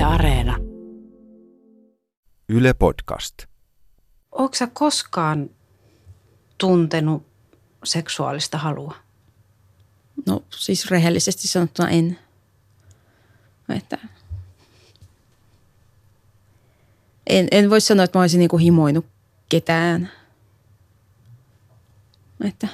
Areena. Yle Podcast. Ootko sä koskaan tuntenut seksuaalista halua? No siis rehellisesti sanottuna en. Että en voi sanoa, että mä olisin niinku himoinut ketään. Että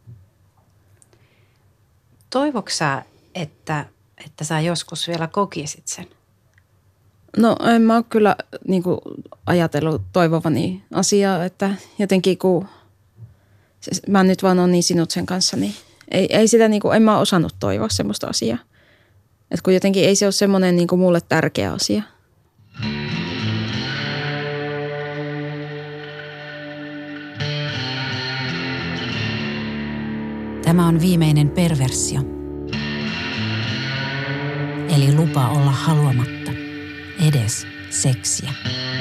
Toivoiko sä, että sä joskus vielä kokisit sen? no en mä ole kyllä niinku ajatellut toivovani asiaa, että jotenkin kun mä nyt vaan on niin sinut sen kanssa, niin ei sitä niinku, en mä ole osannut toivoa semmoista asiaa. Että kun jotenkin ei se ole semmoinen niinku mulle tärkeä asia. Tämä on viimeinen perversio. Eli lupa olla haluamatta edes seksiä.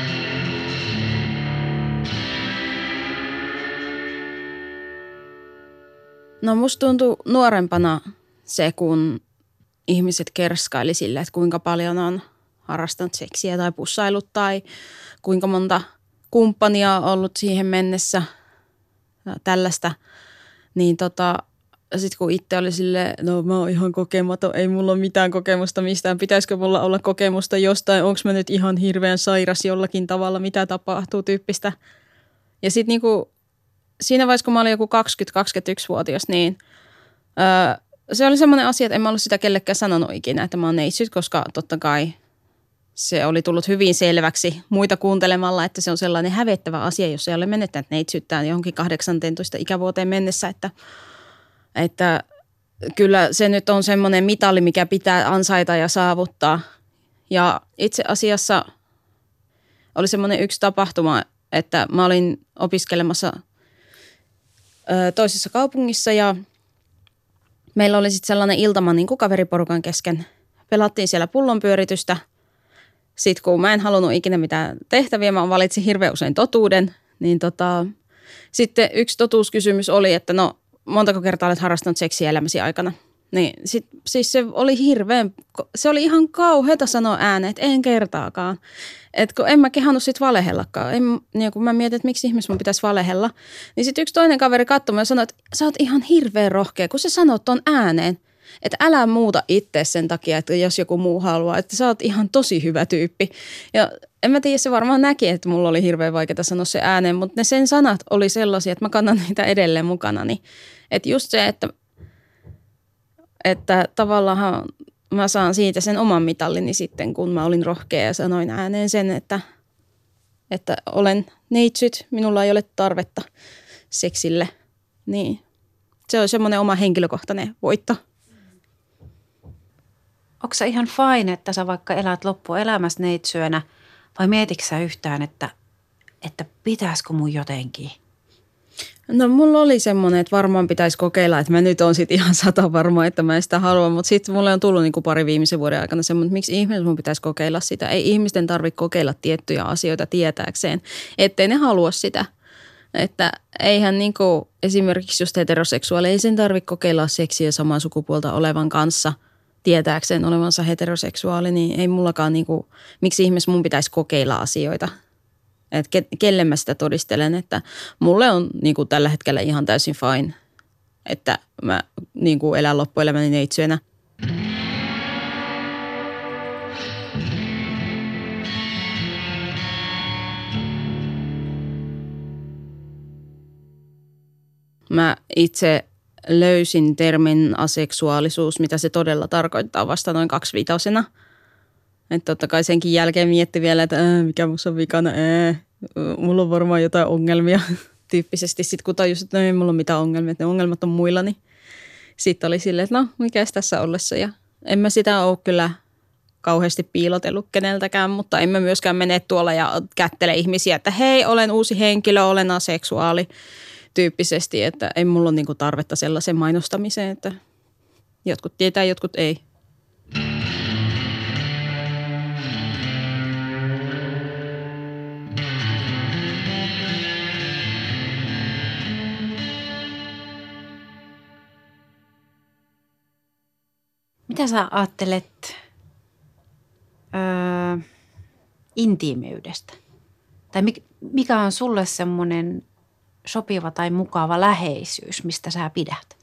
No musta tuntui nuorempana se, kun ihmiset kerskaili sille, että kuinka paljon on harrastanut seksiä tai pussailut tai kuinka monta kumppania on ollut siihen mennessä tällaista. Niin sitten kun itse oli silleen, no mä oon ihan kokematon, ei mulla ole mitään kokemusta mistään, pitäisikö mulla olla kokemusta jostain, onko mä nyt ihan hirveän sairas jollakin tavalla, mitä tapahtuu tyyppistä. Ja sitten niinku siinä vaiheessa, kun mä olin joku 20-21-vuotias, niin se oli semmoinen asia, että en mä ollut sitä kellekään sanonut ikinä, että mä oon neitsyt, koska totta kai se oli tullut hyvin selväksi muita kuuntelemalla, että se on sellainen hävettävä asia, jos ei ole menettänyt neitsyttään johonkin 18 ikävuoteen mennessä, että kyllä se nyt on semmoinen mitali, mikä pitää ansaita ja saavuttaa. Ja itse asiassa oli semmoinen yksi tapahtuma, että mä olin opiskelemassa toisessa kaupungissa ja meillä oli sitten sellainen iltama niin kuin kaveriporukan kesken. Pelattiin siellä pullonpyöritystä. Sitten kun mä en halunnut ikinä mitään tehtäviä, mä valitsin hirveän usein totuuden, niin sitten yksi totuuskysymys oli, että no montako kertaa olet harrastanut seksiä elämäsi aikana. Niin siis se oli ihan kauheata sanoa ääneen, että en kertaakaan. Että kun en mä kehannut sit valehellakaan. Niin kun mä mietin, että miksi ihmis mun pitäisi valehella. Niin sitten yksi toinen kaveri katsoi ja sanoi, että sä oot ihan hirveän rohkea, kun sä sanot ton ääneen. Että älä muuta itse sen takia, että jos joku muu haluaa, että sä oot ihan tosi hyvä tyyppi. Ja en mä tiedä, se varmaan näki, että mulla oli hirveän vaikeaa sanoa se ääneen, mutta ne sen sanat oli sellaisia, että mä kannan niitä edelleen mukanani. Että just se, että tavallaan mä saan siitä sen oman mitallini sitten, kun mä olin rohkea ja sanoin ääneen sen, että olen neitsyt, minulla ei ole tarvetta seksille. Niin se on semmoinen oma henkilökohtainen voitto. Onko sä ihan fine, että sä vaikka elät loppuelämässä neitsyönä vai mietitkö sä yhtään, että pitäisikö mun jotenkin? No mulla oli semmoinen, että varmaan pitäisi kokeilla, että mä nyt on sitten ihan 100 varma, että mä en sitä halua, mutta sitten mulle on tullut niinku pari viimeisen vuoden aikana semmoinen, että miksi ihmisen mun pitäisi kokeilla sitä. Ei ihmisten tarvitse kokeilla tiettyjä asioita tietääkseen, ettei ne halua sitä. Että eihän niinku esimerkiksi just heteroseksuaali, ei sen tarvitse kokeilla seksiä samaa sukupuolta olevan kanssa tietääkseen olevansa heteroseksuaali, niin ei mullakaan niinku, miksi ihmis mun pitäisi kokeilla asioita. Että kelle mä sitä todistelen, että mulle on niinku tällä hetkellä ihan täysin fine, että mä niinku elän loppuelämäni neitsyönä. Mä itse löysin termin aseksuaalisuus, mitä se todella tarkoittaa vasta noin 2-vitosena. Että totta kai senkin jälkeen mietti vielä, että mikä musta on vikana, mulla on varmaan jotain ongelmia tyyppisesti. Sitten kun tajus, että no ei mulla ole mitään ongelmia, että ne ongelmat on muilla, niin sitten oli silleen, että no mikäs tässä ollessa. Ja en mä sitä ole kyllä kauheasti piilotellut keneltäkään, mutta en mä myöskään mene tuolla ja kättele ihmisiä, että hei, olen uusi henkilö, olen aseksuaali tyyppisesti, että ei mulla ole niinku tarvetta sellaiseen mainostamiseen, että jotkut tietää, jotkut ei. Mitä sä ajattelet intiimiydestä? Tai mikä on sulle semmoinen sopiva tai mukava läheisyys, mistä sä pidät?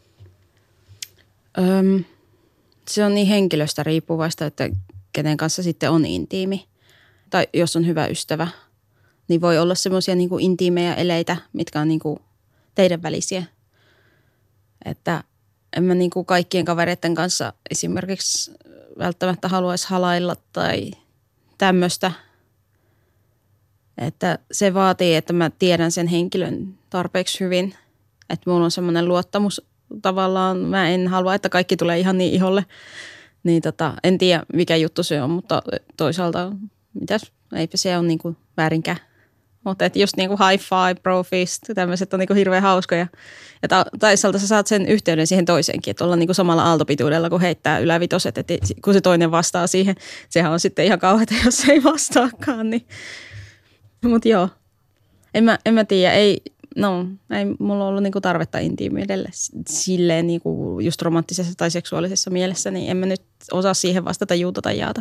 Se on niin henkilöstä riippuvaista, että kenen kanssa sitten on intiimi. Tai jos on hyvä ystävä, niin voi olla semmoisia niin kuin intiimejä eleitä, mitkä on niin kuin teidän välisiä. Että en mä niin kuin kaikkien kavereiden kanssa esimerkiksi välttämättä haluaisi halailla tai tämmöistä. Että se vaatii, että mä tiedän sen henkilön tarpeeksi hyvin. Että mulla on semmoinen luottamus tavallaan. Mä en halua, että kaikki tulee ihan niin iholle. Niin en tiedä, mikä juttu se on, mutta toisaalta eipä se ole niin kuin väärinkään. Mutta just niin kuin high five, bro fist, tämmöiset on niin kuin hirveän hauskoja. Ja toisaalta sä saat sen yhteyden siihen toiseenkin, että ollaan niin kuin samalla aaltopituudella, kun heittää ylävitoset. Että kun se toinen vastaa siihen, sehän on sitten ihan kauheata, jos se ei vastaakaan. Niin. Mutta joo, en mä tiedä, ei mulla ollut niinku tarvetta intiimiydelle silleen niinku just romanttisessa tai seksuaalisessa mielessä, niin en mä nyt osaa siihen vastata juuta tai jaata.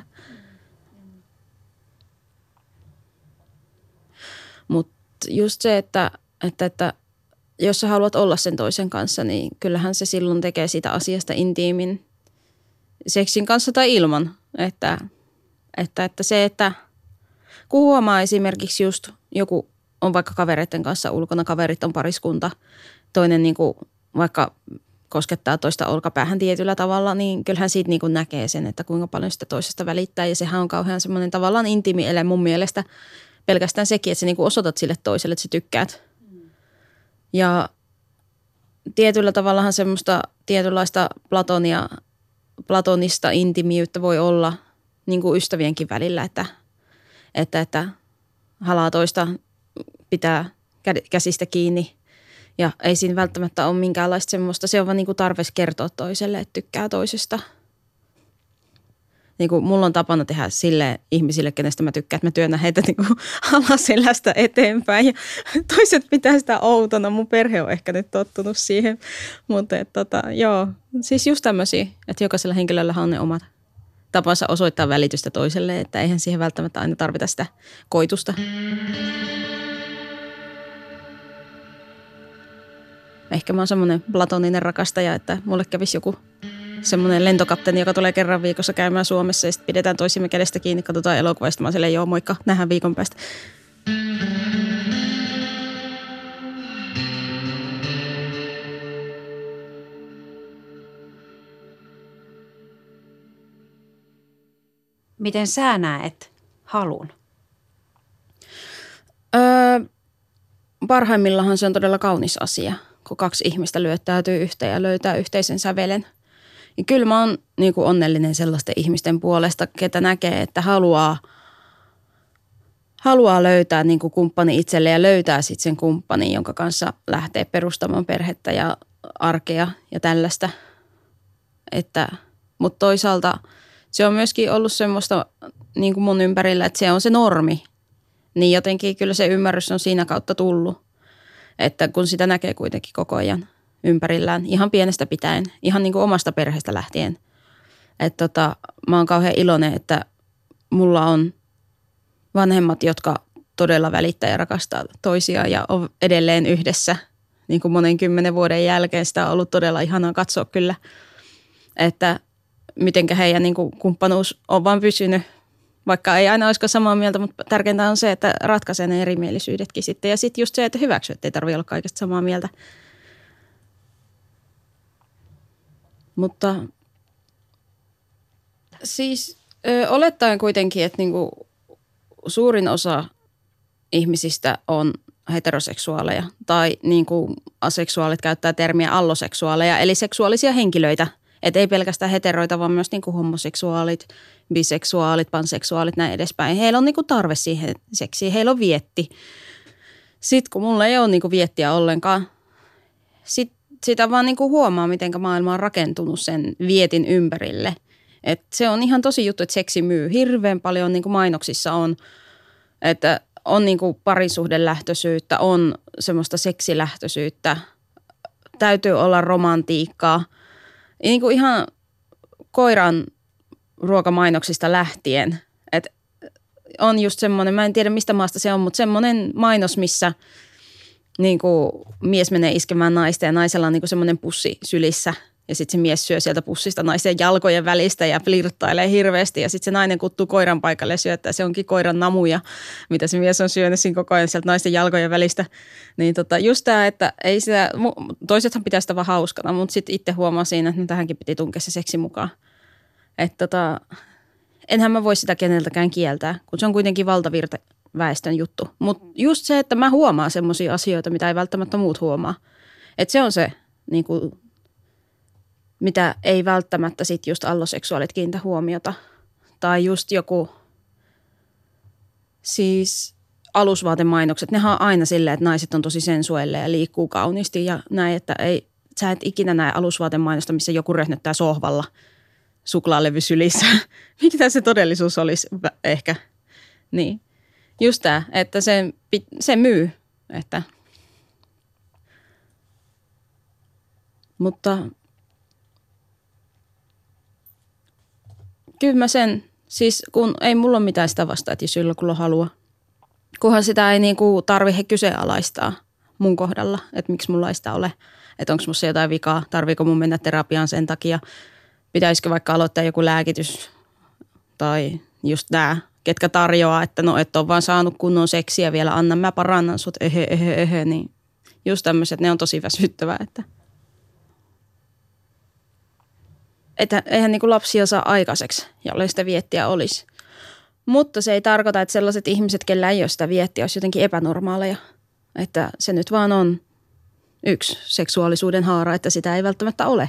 Mutta just se, että jos sä haluat olla sen toisen kanssa, niin kyllähän se silloin tekee siitä asiasta intiimin seksin kanssa tai ilman. Että se, että kun huomaa esimerkiksi just joku on vaikka kavereiden kanssa ulkona, kaverit on pariskunta, toinen niin kuin vaikka koskettaa toista olkapäähän tietyllä tavalla, niin kyllähän siitä niin kuin näkee sen, että kuinka paljon sitä toisesta välittää. Ja sehän on kauhean semmoinen tavallaan intiimi ele mun mielestä pelkästään sekin, että sä niin kuin osoitat sille toiselle, että sä tykkäät. Ja tietyllä tavallahan semmoista tietynlaista platonista intimiyttä voi olla niin kuin ystävienkin välillä, että halaa toista pitää käsistä kiinni ja ei siinä välttämättä ole minkäänlaista semmoista. Se on vaan niin kuin tarve kertoa toiselle, että tykkää toisesta. Niin kuin mulla on tapana tehdä sille ihmisille, kenestä mä tykkään, että mä työnnän heitä niin kuin alaselästä eteenpäin ja toiset pitää sitä outona. Mun perhe on ehkä nyt tottunut siihen, mutta joo, siis just tämmöisiä, että jokaisella henkilöllähän on ne omat tapansa osoittaa välitystä toiselle, että eihän siihen välttämättä aina tarvita sitä koitusta. Ehkä mä oon semmoinen platoninen rakastaja, että mulle kävisi joku semmoinen lentokapteeni, joka tulee kerran viikossa käymään Suomessa ja sitten pidetään toisimme kädestä kiinni, katsotaan elokuvaa ja sitten mä oon silleen, joo moikka, nähdään viikon päästä. Miten sä näet halun? Parhaimmillahan se on todella kaunis asia, kun kaksi ihmistä lyöttäytyy yhteen ja löytää yhteisen sävelen. Ja kyllä mä oon niin kuin onnellinen sellaisten ihmisten puolesta, ketä näkee, että haluaa löytää niin kuin kumppani itselle ja löytää sitten sen kumppanin, jonka kanssa lähtee perustamaan perhettä ja arkea ja tällaista. Mutta toisaalta se on myöskin ollut semmoista niin kuin mun ympärillä, että se on se normi. Niin jotenkin kyllä se ymmärrys on siinä kautta tullut, että kun sitä näkee kuitenkin koko ajan ympärillään, ihan pienestä pitäen, ihan niin kuin omasta perheestä lähtien. Että mä oon kauhean iloinen, että mulla on vanhemmat, jotka todella välittää ja rakastaa toisiaan ja on edelleen yhdessä. Niin kuin monen 10 vuoden jälkeen sitä on ollut todella ihanaa katsoa kyllä, että mitenkä heidän niin kuin kumppanuus on vaan pysynyt. Vaikka ei aina olisikaan samaa mieltä, mutta tärkeintä on se, että ratkaisee ne erimielisyydenkin sitten. Ja sitten just se, että hyväksyy, että ei tarvitse olla kaikesta samaa mieltä. Mutta siis olettaen kuitenkin, että niinku suurin osa ihmisistä on heteroseksuaaleja tai niinku aseksuaalit käyttää termiä alloseksuaaleja, eli seksuaalisia henkilöitä. Että ei pelkästään heteroita, vaan myös niinku homoseksuaalit, biseksuaalit, panseksuaalit, näin edespäin. Heillä on niinku tarve siihen seksiin, heillä on vietti. Sitten kun mulla ei ole niinku viettiä ollenkaan, sitä vaan niinku huomaa, miten maailma on rakentunut sen vietin ympärille. Et se on ihan tosi juttu, että seksi myy. Hirveän paljon niinku mainoksissa on, että on niinku parisuhdelähtöisyyttä, on semmoista seksilähtöisyyttä, täytyy olla romantiikkaa. Niin kuin ihan koiran ruokamainoksista lähtien, että on just semmoinen, mä en tiedä mistä maasta se on, mutta semmoinen mainos, missä niin kuin mies menee iskemään naista ja naisella on niin kuin semmoinen pussi sylissä. Ja sitten se mies syö sieltä pussista naisen jalkojen välistä ja flirttailee hirveästi. Ja sitten se nainen kuttuu koiran paikalle ja syöttää. Se onkin koiran namuja, mitä se mies on syönyt siinä koko ajan sieltä naisten jalkojen välistä. Niin just tämä, että ei sitä, toisethan pitää sitä vaan hauskana, mutta sitten itse huomaa siinä, että tähänkin piti tunkea se seksi mukaan. Että enhän mä voi sitä keneltäkään kieltää, kun se on kuitenkin valtavirta väestön juttu. Mutta just se, että mä huomaan semmoisia asioita, mitä ei välttämättä muut huomaa. Että se on se niin kuin mitä ei välttämättä sitten just alloseksuaalit kiinnitä huomiota. Tai just joku, siis alusvaatemainokset, nehän on aina silleen, että naiset on tosi sensuelleja ja liikkuu kauniisti ja näin, että sä et ikinä näe alusvaatemainosta, missä joku röhnöttää sohvalla suklaalevy sylissä. Mikä se todellisuus olisi ehkä? Niin. Just tämä, että se myy, että mutta kyllä mä sen, siis kun ei mulla ole mitään sitä vastaa, että jos jollakulla halua. Kunhan sitä ei niinku tarvitse kyseenalaistaa mun kohdalla, että miksi mulla ei sitä ole. Että onko musta jotain vikaa, tarviiko mun mennä terapiaan sen takia. Pitäisikö vaikka aloittaa joku lääkitys tai just nämä, ketkä tarjoaa, että no et ole vaan saanut kunnon seksiä vielä, anna mä parannan sut, niin just tämmöiset, ne on tosi väsyttävää, että eihän niin kuin lapsia saa aikaiseksi, jollei sitä viettiä olisi. Mutta se ei tarkoita, että sellaiset ihmiset, kellä ei ole sitä viettiä, olisi jotenkin epänormaaleja. Että se nyt vaan on yksi seksuaalisuuden haara, että sitä ei välttämättä ole.